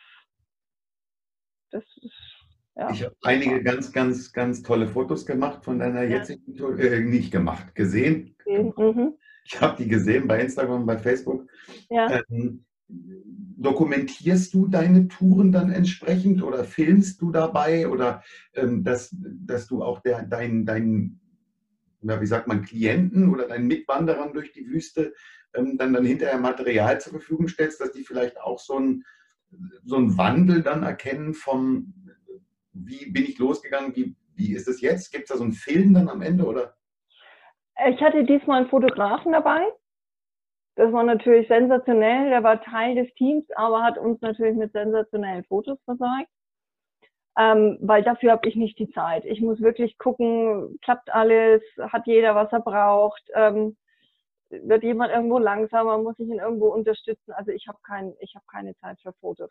das ist, ja, Ich habe einige machbar. ganz, ganz, ganz tolle Fotos gemacht von deiner Ja. jetzigen Tour, äh, nicht gemacht, gesehen. Okay. Mhm. Ich habe die gesehen bei Instagram, bei Facebook. Ja. Ähm, dokumentierst du deine Touren dann entsprechend oder filmst du dabei oder ähm, dass, dass du auch der, dein, dein, na, wie sagt man, Klienten oder deinen Mitwanderern durch die Wüste ähm, dann, dann hinterher Material zur Verfügung stellst, dass die vielleicht auch so ein so einen Wandel dann erkennen vom, wie bin ich losgegangen, wie, wie ist es jetzt? Gibt es da so einen Film dann am Ende oder? Ich hatte diesmal einen Fotografen dabei. Das war natürlich sensationell. Der war Teil des Teams, aber hat uns natürlich mit sensationellen Fotos versorgt. Ähm, weil dafür habe ich nicht die Zeit. Ich muss wirklich gucken, klappt alles, hat jeder, was er braucht, ähm, wird jemand irgendwo langsamer, muss ich ihn irgendwo unterstützen. Also ich habe kein, ich habe keine Zeit für Fotos.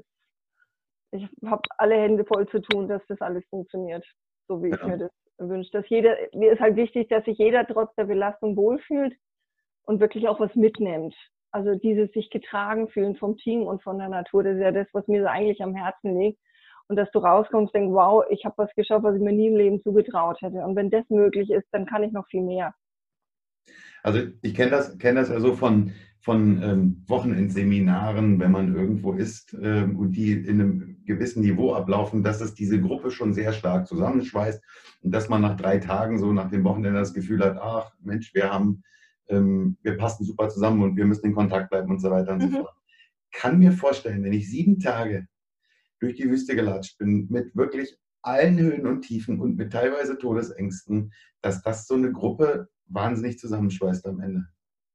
Ich habe alle Hände voll zu tun, dass das alles funktioniert, so wie ich Ja. mir das wünsche. Dass jeder, mir ist halt wichtig, dass sich jeder trotz der Belastung wohlfühlt und wirklich auch was mitnimmt. Also dieses sich getragen fühlen vom Team und von der Natur, das ist ja das, was mir so eigentlich am Herzen liegt. Und dass du rauskommst und denkst, wow, ich habe was geschafft, was ich mir nie im Leben zugetraut hätte. Und wenn das möglich ist, dann kann ich noch viel mehr. Also ich kenne das, kenn das ja so von, von ähm, Wochenendseminaren, wenn man irgendwo ist ähm, und die in einem gewissen Niveau ablaufen, dass es diese Gruppe schon sehr stark zusammenschweißt und dass man nach drei Tagen so nach dem Wochenende das Gefühl hat, ach Mensch, wir haben, ähm, wir passen super zusammen und wir müssen in Kontakt bleiben und so weiter und so Mhm. fort. Kann mir vorstellen, wenn ich sieben Tage durch die Wüste gelatscht bin, mit wirklich allen Höhen und Tiefen und mit teilweise Todesängsten, dass das so eine Gruppe wahnsinnig zusammenschweißt am Ende.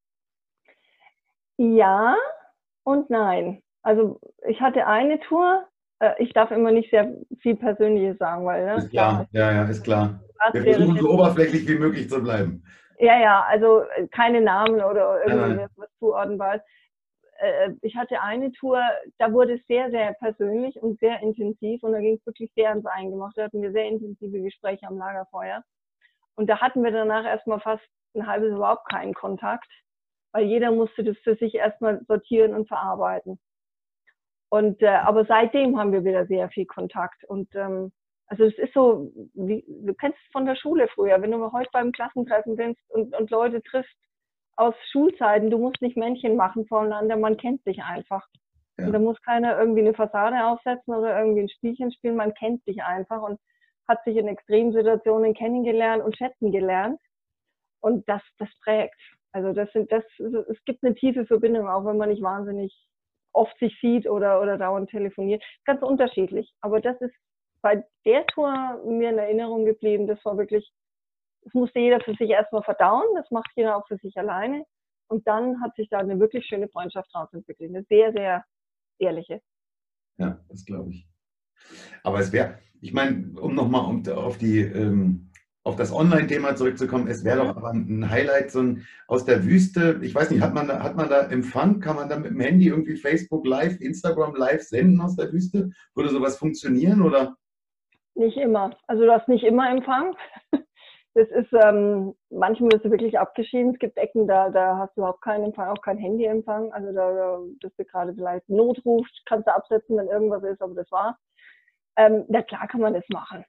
Ja und nein. Also ich hatte eine Tour, äh, ich darf immer nicht sehr viel Persönliches sagen, weil, ne, Ist klar, klar, ja, ja, ist klar. Wir Privatsphäre versuchen so steht. oberflächlich wie möglich zu bleiben. Ja, ja, also äh, keine Namen oder Nein, irgendwie nein. was zuordnenbar ist. Äh, ich hatte eine Tour, da wurde es sehr, sehr persönlich und sehr intensiv und da ging es wirklich sehr ans Eingemachte. Da hatten wir sehr intensive Gespräche am Lagerfeuer. Und da hatten wir danach erstmal fast ein halbes überhaupt keinen Kontakt, weil jeder musste das für sich erstmal sortieren und verarbeiten. Und äh, aber seitdem haben wir wieder sehr viel Kontakt. Und ähm, also es ist so, wie, du kennst es von der Schule früher, wenn du heute beim Klassentreffen bist und, und Leute triffst aus Schulzeiten, du musst nicht Männchen machen voneinander, man kennt sich einfach. Und da Ja. muss keiner irgendwie eine Fassade aufsetzen oder irgendwie ein Spielchen spielen, man kennt sich einfach und hat sich in Extremsituationen kennengelernt und schätzen gelernt. Und das, das prägt. Also das sind, das, es gibt eine tiefe Verbindung, auch wenn man nicht wahnsinnig oft sich sieht oder, oder dauernd telefoniert. Ganz unterschiedlich. Aber das ist bei der Tour mir in Erinnerung geblieben. Das war wirklich, das musste jeder für sich erstmal verdauen. Das macht jeder auch für sich alleine. Und dann hat sich da eine wirklich schöne Freundschaft draus entwickelt. Eine sehr, sehr ehrliche. Ja, das glaube ich. Aber es wäre, ich meine, um nochmal um, auf die ähm, auf das Online-Thema zurückzukommen, es wäre Mhm. doch aber ein Highlight so ein, aus der Wüste. Ich weiß nicht, hat man, da, hat man da Empfang? Kann man da mit dem Handy irgendwie Facebook Live, Instagram Live senden aus der Wüste? Würde sowas funktionieren oder? Nicht immer. Also du hast nicht immer Empfang. Das ist, ähm, manchmal bist du wirklich abgeschieden. Es gibt Ecken, da, da hast du überhaupt keinen Empfang, auch keinen Handyempfang. Also da, dass du gerade vielleicht Notruf, kannst du absetzen, wenn irgendwas ist, aber das war's. Ähm, na klar kann man das machen.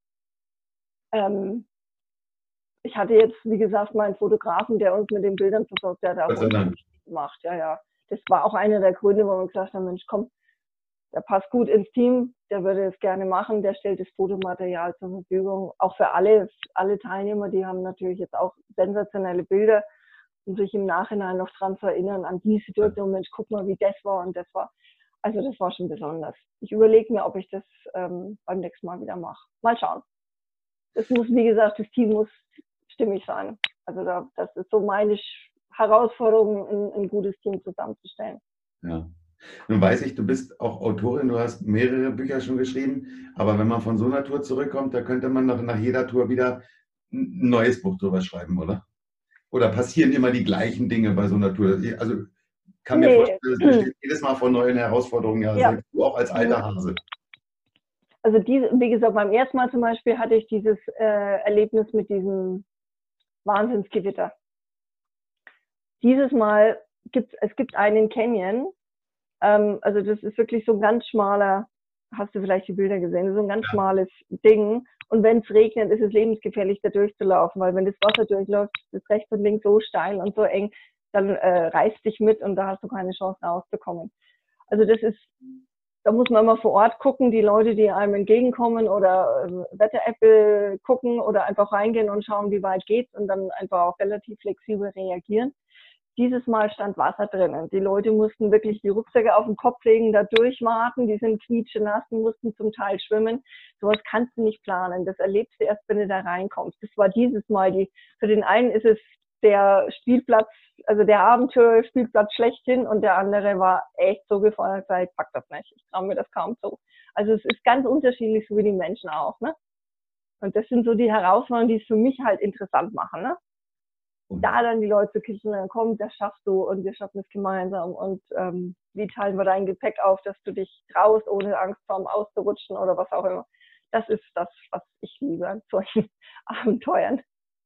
Ähm, ich hatte jetzt, wie gesagt, meinen Fotografen, der uns mit den Bildern versorgt, der hat auch uns gemacht. Ja, ja. Das war auch einer der Gründe, wo wir gesagt haben, Mensch, komm, der passt gut ins Team, der würde es gerne machen, der stellt das Fotomaterial zur Verfügung. Auch für alle, alle Teilnehmer, die haben natürlich jetzt auch sensationelle Bilder, um sich im Nachhinein noch dran zu erinnern, an die Situation, Mensch, guck mal, wie das war und das war. Also das war schon besonders. Ich überlege mir, ob ich das ähm, beim nächsten Mal wieder mache. Mal schauen. Es muss, wie gesagt, das Team muss stimmig sein. Also da, das ist so meine Herausforderung, ein, ein gutes Team zusammenzustellen. Ja. Nun weiß ich, du bist auch Autorin, du hast mehrere Bücher schon geschrieben, aber wenn man von so einer Tour zurückkommt, da könnte man nach, nach jeder Tour wieder ein neues Buch drüber schreiben, oder? Oder passieren immer die gleichen Dinge bei so einer Tour? Also kann mir Nee. vorstellen, du stehst jedes Mal vor neuen Herausforderungen, ja, Ja. selbst du auch als alter Hase. Also diese, wie gesagt, beim ersten Mal zum Beispiel hatte ich dieses äh, Erlebnis mit diesem Wahnsinnsgewitter. Dieses Mal gibt es gibt einen Canyon, ähm, also das ist wirklich so ein ganz schmaler, hast du vielleicht die Bilder gesehen, so ein ganz Ja. schmales Ding. Und wenn es regnet, ist es lebensgefährlich, da durchzulaufen, weil wenn das Wasser durchläuft, ist rechts und links so steil und so eng, dann äh, reißt dich mit und da hast du keine Chance rauszukommen. Also das ist, da muss man immer vor Ort gucken, die Leute, die einem entgegenkommen oder äh, Wetter-App gucken oder einfach reingehen und schauen, wie weit geht's und dann einfach auch relativ flexibel reagieren. Dieses Mal stand Wasser drinnen. Die Leute mussten wirklich die Rucksäcke auf den Kopf legen, da durchwarten. Die sind quietschenass, mussten zum Teil schwimmen. Sowas kannst du nicht planen. Das erlebst du erst, wenn du da reinkommst. Das war dieses Mal die, für den einen ist es der Spielplatz, also der Abenteuer-Spielplatz schlechthin und der andere war echt so gefordert, ich pack das nicht. Ich traue mir das kaum zu. Also es ist ganz unterschiedlich, so wie die Menschen auch, ne? Und das sind so die Herausforderungen, die es für mich halt interessant machen, ne? Da dann die Leute zu kitzeln, dann komm, das schaffst du und wir schaffen es gemeinsam und ähm, wie teilen wir dein Gepäck auf, dass du dich traust, ohne Angst vorm auszurutschen oder was auch immer. Das ist das, was ich liebe an solchen Abenteuern.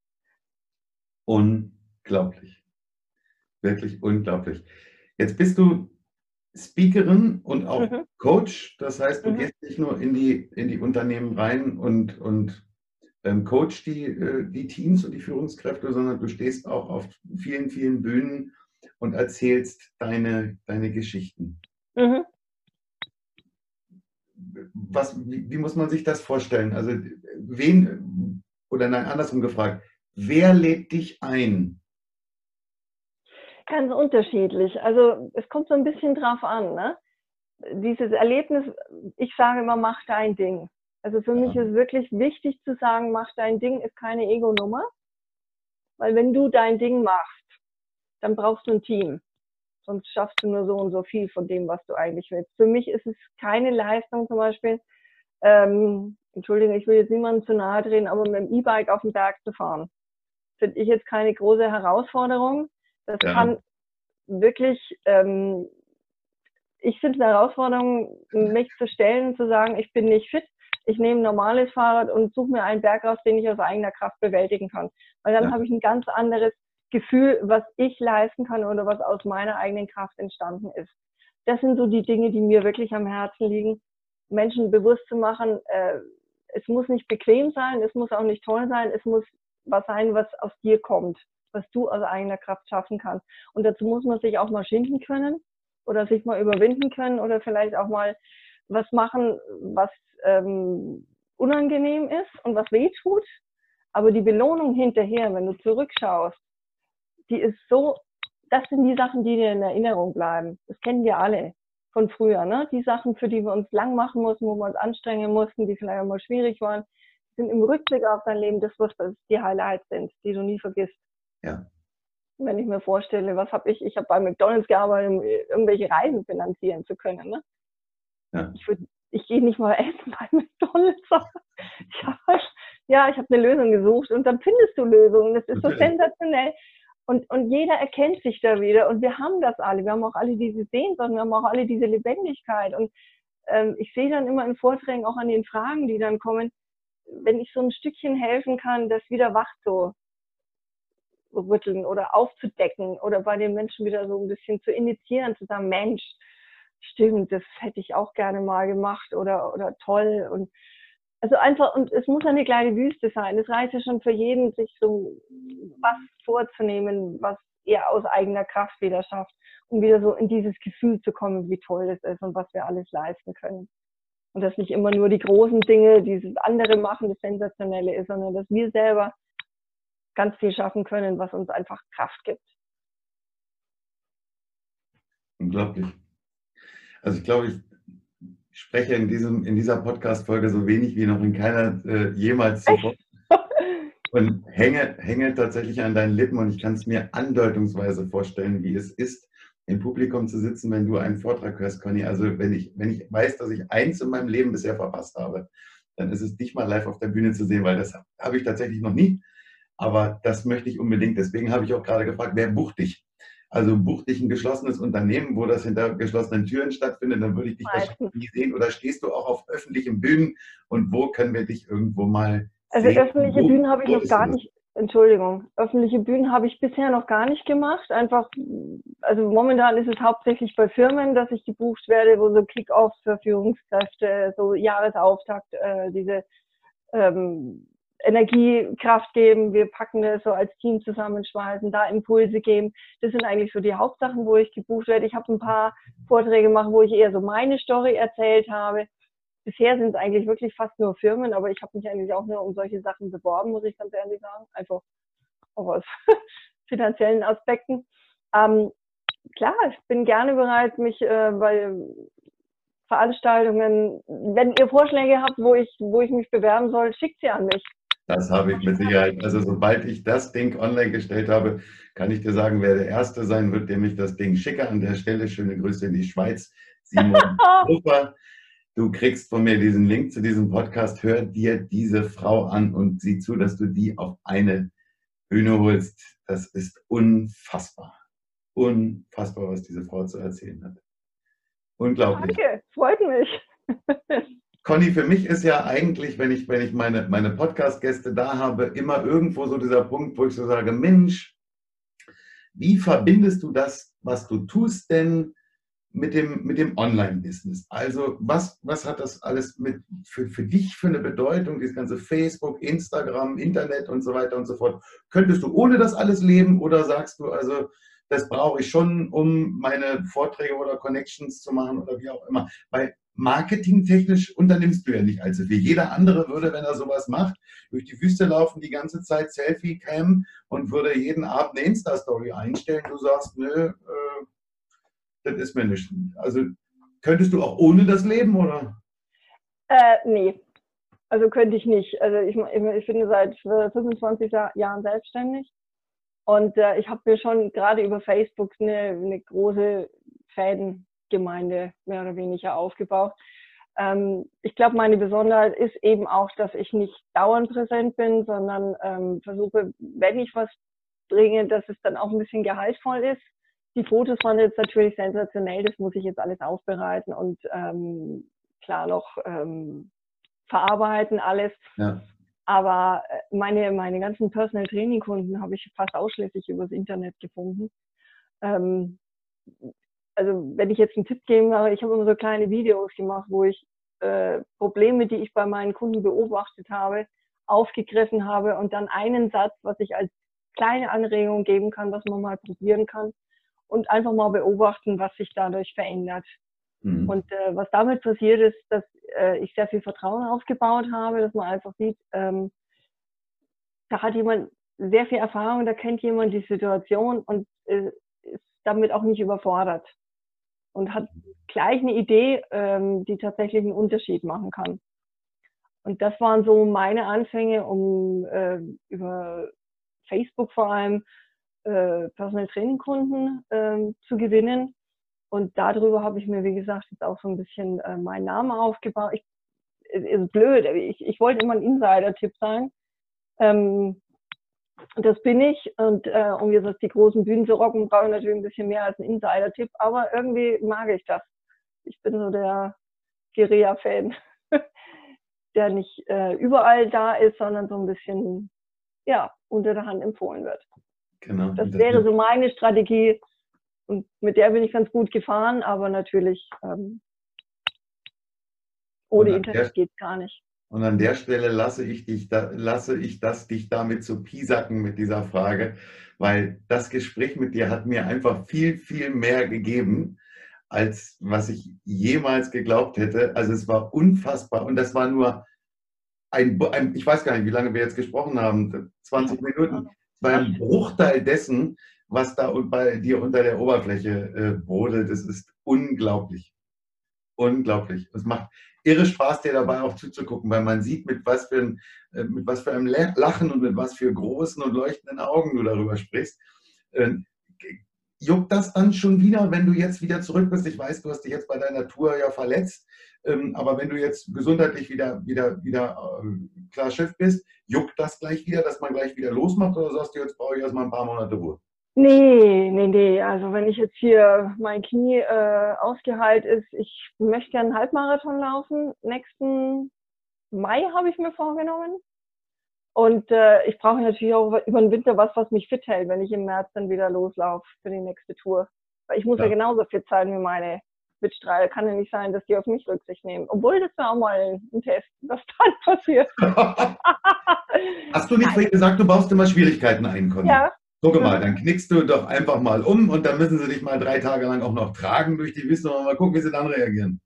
Unglaublich. Wirklich unglaublich. Jetzt bist du Speakerin und auch mhm. Coach. Das heißt, du mhm. gehst nicht nur in die, in die Unternehmen rein und, und ähm, coach die, die Teams und die Führungskräfte, sondern du stehst auch auf vielen, vielen Bühnen und erzählst deine, deine Geschichten. Mhm. Was, wie, wie muss man sich das vorstellen? Also wen, oder nein, andersrum gefragt, wer lädt dich ein? Ganz unterschiedlich. Also es kommt so ein bisschen drauf an, ne? Dieses Erlebnis, ich sage immer, mach dein Ding. Also für ja. mich ist wirklich wichtig zu sagen, mach dein Ding, ist keine Ego-Nummer. Weil wenn du dein Ding machst, dann brauchst du ein Team. Sonst schaffst du nur so und so viel von dem, was du eigentlich willst. Für mich ist es keine Leistung zum Beispiel, ähm, Entschuldigung, ich will jetzt niemandem zu nahe drehen, aber mit dem E-Bike auf den Berg zu fahren. Finde ich jetzt keine große Herausforderung. Das ja. kann wirklich, ähm, ich finde es eine Herausforderung, mich zu stellen, zu sagen, ich bin nicht fit, ich nehme ein normales Fahrrad und suche mir einen Berg raus, den ich aus eigener Kraft bewältigen kann. Weil dann ja. habe ich ein ganz anderes Gefühl, was ich leisten kann oder was aus meiner eigenen Kraft entstanden ist. Das sind so die Dinge, die mir wirklich am Herzen liegen, Menschen bewusst zu machen, äh, es muss nicht bequem sein, es muss auch nicht toll sein, es muss was sein, was aus dir kommt, was du aus eigener Kraft schaffen kannst. Und dazu muss man sich auch mal schinden können oder sich mal überwinden können oder vielleicht auch mal was machen, was ähm, unangenehm ist und was weh tut. Aber die Belohnung hinterher, wenn du zurückschaust, die ist so, das sind die Sachen, die dir in Erinnerung bleiben. Das kennen wir alle von früher, ne? Die Sachen, für die wir uns lang machen mussten, wo wir uns anstrengen mussten, die vielleicht auch mal schwierig waren, sind im Rückblick auf dein Leben das, was das die Highlights sind, die du nie vergisst. Ja. Wenn ich mir vorstelle, was habe ich, ich habe bei McDonald's gearbeitet, um irgendwelche Reisen finanzieren zu können, ne? Ja. Ich, würd, ich gehe nicht mal essen bei McDonald's. Ich hab, ja, ich habe eine Lösung gesucht und dann findest du Lösungen. Das ist so sensationell. Und, und jeder erkennt sich da wieder. Und wir haben das alle. Wir haben auch alle diese Sehnsucht, wir haben auch alle diese Lebendigkeit. Und ähm, ich sehe dann immer in Vorträgen, auch an den Fragen, die dann kommen, wenn ich so ein Stückchen helfen kann, das wieder wach zu rütteln oder aufzudecken oder bei den Menschen wieder so ein bisschen zu initiieren, zu sagen, Mensch, stimmt, das hätte ich auch gerne mal gemacht oder, oder toll. Und also einfach, und es muss eine kleine Wüste sein. Es reicht ja schon für jeden, sich so was vorzunehmen, was er aus eigener Kraft wieder schafft, um wieder so in dieses Gefühl zu kommen, wie toll das ist und was wir alles leisten können. Und dass nicht immer nur die großen Dinge, dieses andere machen, das Sensationelle ist, sondern dass wir selber ganz viel schaffen können, was uns einfach Kraft gibt. Unglaublich. Also ich glaube, ich spreche in, diesem, in dieser Podcast-Folge so wenig wie noch in keiner äh, jemals zuvor. Und hänge, hänge tatsächlich an deinen Lippen und ich kann es mir andeutungsweise vorstellen, wie es ist, im Publikum zu sitzen, wenn du einen Vortrag hörst, Conny. Also wenn ich, wenn ich weiß, dass ich eins in meinem Leben bisher verpasst habe, dann ist es, dich mal live auf der Bühne zu sehen, weil das habe ich tatsächlich noch nie. Aber das möchte ich unbedingt. Deswegen habe ich auch gerade gefragt, wer bucht dich? Also bucht dich ein geschlossenes Unternehmen, wo das hinter geschlossenen Türen stattfindet, dann würde ich dich Meistens. wahrscheinlich nie sehen. Oder stehst du auch auf öffentlichen Bühnen und wo können wir dich irgendwo mal Also sehen? öffentliche Wo Bühnen habe ich noch gar das? nicht, Entschuldigung, öffentliche Bühnen habe ich bisher noch gar nicht gemacht. Einfach, also momentan ist es hauptsächlich bei Firmen, dass ich gebucht werde, wo so Kick-Off für Führungskräfte, so Jahresauftakt, äh, diese ähm, Energie, Kraft geben, wir packen das so als Team zusammenschmeißen, da Impulse geben. Das sind eigentlich so die Hauptsachen, wo ich gebucht werde. Ich habe ein paar Vorträge gemacht, wo ich eher so meine Story erzählt habe. Bisher sind es eigentlich wirklich fast nur Firmen, aber ich habe mich eigentlich auch nur um solche Sachen beworben, muss ich ganz ehrlich sagen. Einfach auch aus finanziellen Aspekten. Ähm, klar, ich bin gerne bereit, mich äh, bei Veranstaltungen, wenn ihr Vorschläge habt, wo ich, wo ich mich bewerben soll, schickt sie an mich. Das habe ich mit Sicherheit. Also sobald ich das Ding online gestellt habe, kann ich dir sagen, wer der Erste sein wird, dem ich das Ding schicke. An der Stelle schöne Grüße in die Schweiz. Simon Hofer, du kriegst von mir diesen Link zu diesem Podcast. Hör dir diese Frau an und sieh zu, dass du die auf eine Bühne holst. Das ist unfassbar. Unfassbar, was diese Frau zu erzählen hat. Unglaublich. Danke, freut mich. Conny, für mich ist ja eigentlich, wenn ich, wenn ich meine, meine Podcast-Gäste da habe, immer irgendwo so dieser Punkt, wo ich so sage, Mensch, wie verbindest du das, was du tust denn mit dem, mit dem Online-Business? Also was, was hat das alles mit, für, für dich für eine Bedeutung, dieses ganze Facebook, Instagram, Internet und so weiter und so fort? Könntest du ohne das alles leben oder sagst du, also das brauche ich schon, um meine Vorträge oder Connections zu machen oder wie auch immer? Weil marketingtechnisch unternimmst du ja nicht allzu viel. Jeder andere würde, wenn er sowas macht, durch die Wüste laufen, die ganze Zeit Selfie-Cam und würde jeden Abend eine Insta-Story einstellen. Du sagst, nö, äh, das ist mir nicht. Also könntest du auch ohne das leben, oder? Äh, nee, also könnte ich nicht. Also ich, ich bin seit fünfundzwanzig Jahren selbstständig und äh, ich habe mir schon gerade über Facebook eine, eine große Fädengemeinde mehr oder weniger aufgebaut. Ähm, ich glaube, meine Besonderheit ist eben auch, dass ich nicht dauernd präsent bin, sondern ähm, versuche, wenn ich was bringe, dass es dann auch ein bisschen gehaltvoll ist. Die Fotos waren jetzt natürlich sensationell, das muss ich jetzt alles aufbereiten und ähm, klar noch ähm, verarbeiten alles. Ja. Aber meine, meine ganzen Personal Training Kunden habe ich fast ausschließlich übers Internet gefunden. Ähm, also wenn ich jetzt einen Tipp geben mache, ich habe immer so kleine Videos gemacht, wo ich äh, Probleme, die ich bei meinen Kunden beobachtet habe, aufgegriffen habe und dann einen Satz, was ich als kleine Anregung geben kann, was man mal probieren kann und einfach mal beobachten, was sich dadurch verändert. Mhm. Und äh, was damit passiert ist, dass äh, ich sehr viel Vertrauen aufgebaut habe, dass man einfach sieht, ähm, da hat jemand sehr viel Erfahrung, da kennt jemand die Situation und äh, ist damit auch nicht überfordert und hat gleich eine Idee, ähm, die tatsächlich einen Unterschied machen kann. Und das waren so meine Anfänge, um äh, über Facebook vor allem äh, Personal Training Kunden äh, zu gewinnen. Und darüber habe ich mir, wie gesagt, jetzt auch so ein bisschen äh, meinen Namen aufgebaut. Ich, ist blöd, ich, ich wollte immer ein Insider-Tipp sein. Ähm, das bin ich. Und äh, um jetzt die großen Bühnen zu rocken, brauche ich natürlich ein bisschen mehr als einen Insider-Tipp. Aber irgendwie mag ich das. Ich bin so der Guerilla-Fan, der nicht äh, überall da ist, sondern so ein bisschen ja, unter der Hand empfohlen wird. Genau. Das wäre so meine Strategie. Und mit der bin ich ganz gut gefahren, aber natürlich ähm, ohne Internet geht es gar nicht. Und an der Stelle lasse ich, dich da, lasse ich das dich damit zu piesacken mit dieser Frage, weil das Gespräch mit dir hat mir einfach viel, viel mehr gegeben, als was ich jemals geglaubt hätte. Also es war unfassbar und das war nur ein, ein ich weiß gar nicht, wie lange wir jetzt gesprochen haben, zwanzig Minuten, es war ein Bruchteil dessen, was da bei dir unter der Oberfläche äh, brodelt. Das ist unglaublich. Unglaublich. Es macht irre Spaß, dir dabei auch zuzugucken, weil man sieht, mit was für, ein, äh, mit was für einem Lachen und mit was für großen und leuchtenden Augen du darüber sprichst. Äh, juckt das dann schon wieder, wenn du jetzt wieder zurück bist? Ich weiß, du hast dich jetzt bei deiner Tour ja verletzt, ähm, aber wenn du jetzt gesundheitlich wieder, wieder, wieder äh, klar Schiff bist, juckt das gleich wieder, dass man gleich wieder losmacht oder sagst du, jetzt brauche ich erstmal ein paar Monate Ruhe? Nee, nee, nee. Also wenn ich jetzt hier mein Knie äh, ausgeheilt ist, ich möchte gerne einen Halbmarathon laufen. Nächsten Mai habe ich mir vorgenommen. Und äh, ich brauche natürlich auch über den Winter was, was mich fit hält, wenn ich im März dann wieder loslaufe für die nächste Tour. Weil ich muss ja, ja genauso fit sein wie meine Mitstreiter. Kann ja nicht sein, dass die auf mich Rücksicht nehmen. Obwohl, das war auch mal ein Test, was dann passiert. Hast du nicht vorhin gesagt, du baust immer Schwierigkeiten ein, Conny? Ja. Guck mal, dann knickst du doch einfach mal um und dann müssen sie dich mal drei Tage lang auch noch tragen durch die Wüste und mal gucken, wie sie dann reagieren.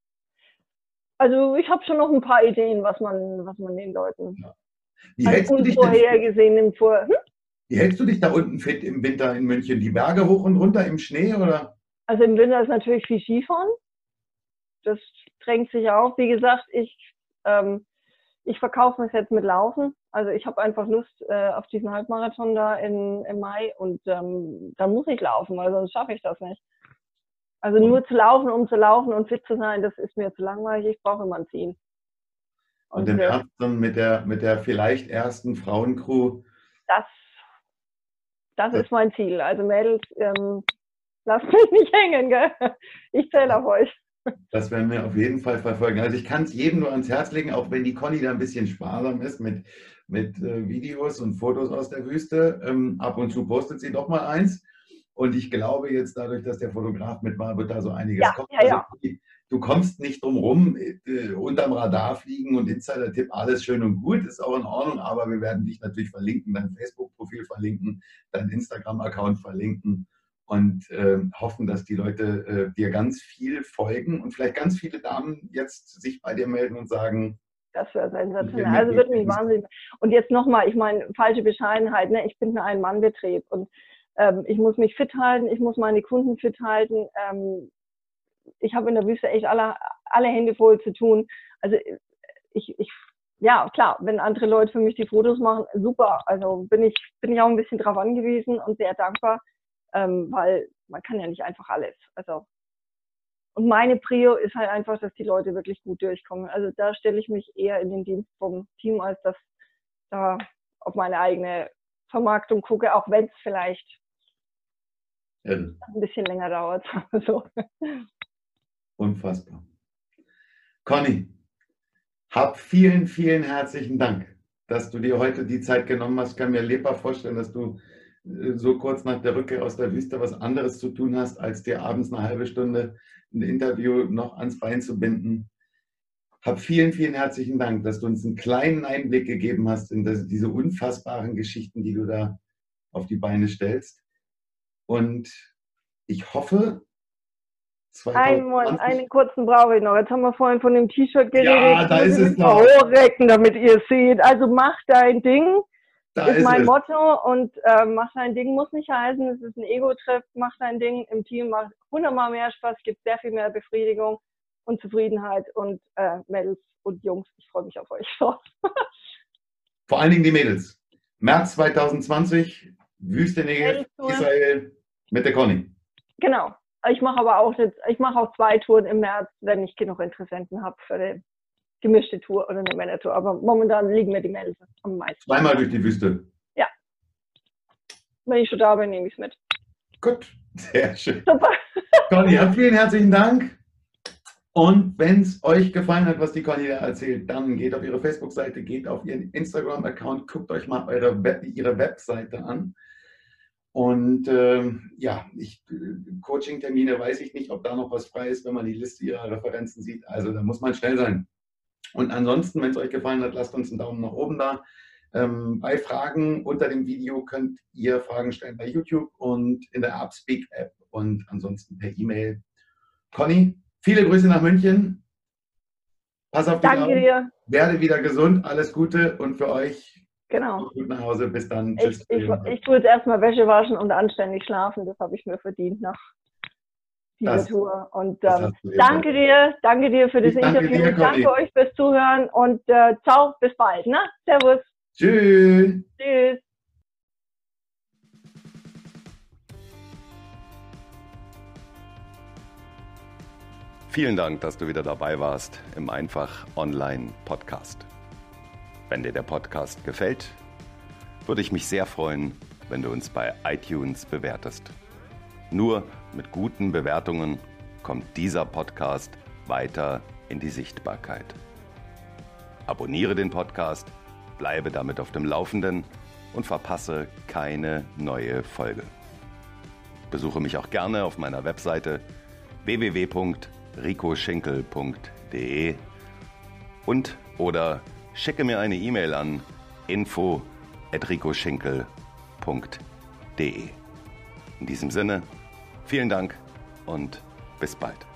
Also ich habe schon noch ein paar Ideen, was man, was man den Leuten ja. Wie hältst du dich unvorhergesehen vor. Hm? Wie hältst du dich da unten fit im Winter in München? Die Berge hoch und runter im Schnee oder? Also im Winter ist natürlich viel Skifahren. Das drängt sich auf. Wie gesagt, ich ähm, Ich verkaufe es jetzt mit Laufen. Also ich habe einfach Lust äh, auf diesen Halbmarathon da in, im Mai und ähm, dann muss ich laufen, weil sonst schaffe ich das nicht. Also nur zu laufen, um zu laufen und fit zu sein, das ist mir zu langweilig. Ich brauche immer ein Ziel. Und, und im März dann mit der, mit der vielleicht ersten Frauencrew? Das, das, das ist mein Ziel. Also Mädels, ähm, lasst mich nicht hängen, gell? Ich zähle auf euch. Das werden wir auf jeden Fall verfolgen. Also ich kann es jedem nur ans Herz legen, auch wenn die Conny da ein bisschen sparsam ist mit, mit äh, Videos und Fotos aus der Wüste. Ähm, ab und zu postet sie doch mal eins. Und ich glaube jetzt dadurch, dass der Fotograf mit war, wird da so einiges ja, kommen. Ja, ja. Also, du kommst nicht drum rum, äh, unterm Radar fliegen und Insider-Tipp, alles schön und gut, ist auch in Ordnung, aber wir werden dich natürlich verlinken, dein Facebook-Profil verlinken, dein Instagram-Account verlinken. Und äh, hoffen, dass die Leute äh, dir ganz viel folgen und vielleicht ganz viele Damen jetzt sich bei dir melden und sagen, das wäre sensationell. Also wird mich wahnsinnig. Und jetzt nochmal, ich meine, falsche Bescheidenheit, ne? Ich bin ein Ein-Mann-Betrieb und ähm, ich muss mich fit halten, ich muss meine Kunden fit halten. Ähm, ich habe in der Wüste echt alle, alle Hände voll zu tun. Also ich, ich, ja klar, wenn andere Leute für mich die Fotos machen, super. Also bin ich, bin ich auch ein bisschen drauf angewiesen und sehr dankbar. Ähm, weil man kann ja nicht einfach alles. Also und meine Prio ist halt einfach, dass die Leute wirklich gut durchkommen. Also da stelle ich mich eher in den Dienst vom Team, als dass da auf meine eigene Vermarktung gucke, auch wenn es vielleicht ja. ein bisschen länger dauert. So. Unfassbar. Conny, hab vielen, vielen herzlichen Dank, dass du dir heute die Zeit genommen hast. Ich kann mir lebhaft vorstellen, dass du so kurz nach der Rückkehr aus der Wüste was anderes zu tun hast, als dir abends eine halbe Stunde ein Interview noch ans Bein zu binden. Hab vielen, vielen herzlichen Dank, dass du uns einen kleinen Einblick gegeben hast in das, diese unfassbaren Geschichten, die du da auf die Beine stellst. Und ich hoffe, Einen, einen kurzen brauche ich noch. Jetzt haben wir vorhin von dem T-Shirt geredet. Ja, da ist es noch. Hochrecken, damit ihr es seht. Also mach dein Ding. Da ist, ist mein es. Motto und äh, mach dein Ding muss nicht heißen, es ist ein Ego-Trip, mach dein Ding, im Team macht hundertmal mehr Spaß, gibt sehr viel mehr Befriedigung und Zufriedenheit und äh, Mädels und Jungs, ich freue mich auf euch. Vor allen Dingen die Mädels. März zwanzig zwanzig, Wüste Negev, Israel mit der Conny. Genau. Ich mache aber auch jetzt, ich mache auch zwei Touren im März, wenn ich genug Interessenten habe für eine gemischte Tour oder eine Männertour. Aber momentan liegen mir die Mädels am meisten. Zweimal durch die Wüste. Ja. Wenn ich schon da bin, nehme ich es mit. Gut, sehr schön. Super. Conny, ja, vielen herzlichen Dank. Und wenn es euch gefallen hat, was die Conny da erzählt, dann geht auf ihre Facebook-Seite, geht auf ihren Instagram-Account, guckt euch mal eure Web, ihre Webseite an. Und ähm, ja, ich, Coaching-Termine weiß ich nicht, ob da noch was frei ist, wenn man die Liste ihrer Referenzen sieht. Also da muss man schnell sein. Und ansonsten, wenn es euch gefallen hat, lasst uns einen Daumen nach oben da. Ähm, bei Fragen unter dem Video könnt ihr Fragen stellen bei YouTube und in der Upspeak-App und ansonsten per E-Mail. Conny, viele Grüße nach München. Pass auf dich auf. Danke dir. Werde wieder gesund. Alles Gute und für euch Genau. gut nach Hause. Bis dann. Ich, Tschüss. ich, ich tue jetzt erstmal Wäsche waschen und anständig schlafen. Das habe ich mir verdient nach dieser Das- Tour. Und das ähm, hast du dir danke verdient. dir, danke dir für das Ich danke Interview. dir, Conny. Danke euch fürs Zuhören und äh, ciao, bis bald. Ne? Servus. Tschüss. Tschüss. Vielen Dank, dass du wieder dabei warst im Einfach Online Podcast. Wenn dir der Podcast gefällt, würde ich mich sehr freuen, wenn du uns bei iTunes bewertest. Nur mit guten Bewertungen kommt dieser Podcast weiter in die Sichtbarkeit. Abonniere den Podcast, bleibe damit auf dem Laufenden und verpasse keine neue Folge. Besuche mich auch gerne auf meiner Webseite w w w punkt rico schinkel punkt de und oder schicke mir eine E-Mail an info at rico schinkel punkt de. In diesem Sinne, vielen Dank und bis bald.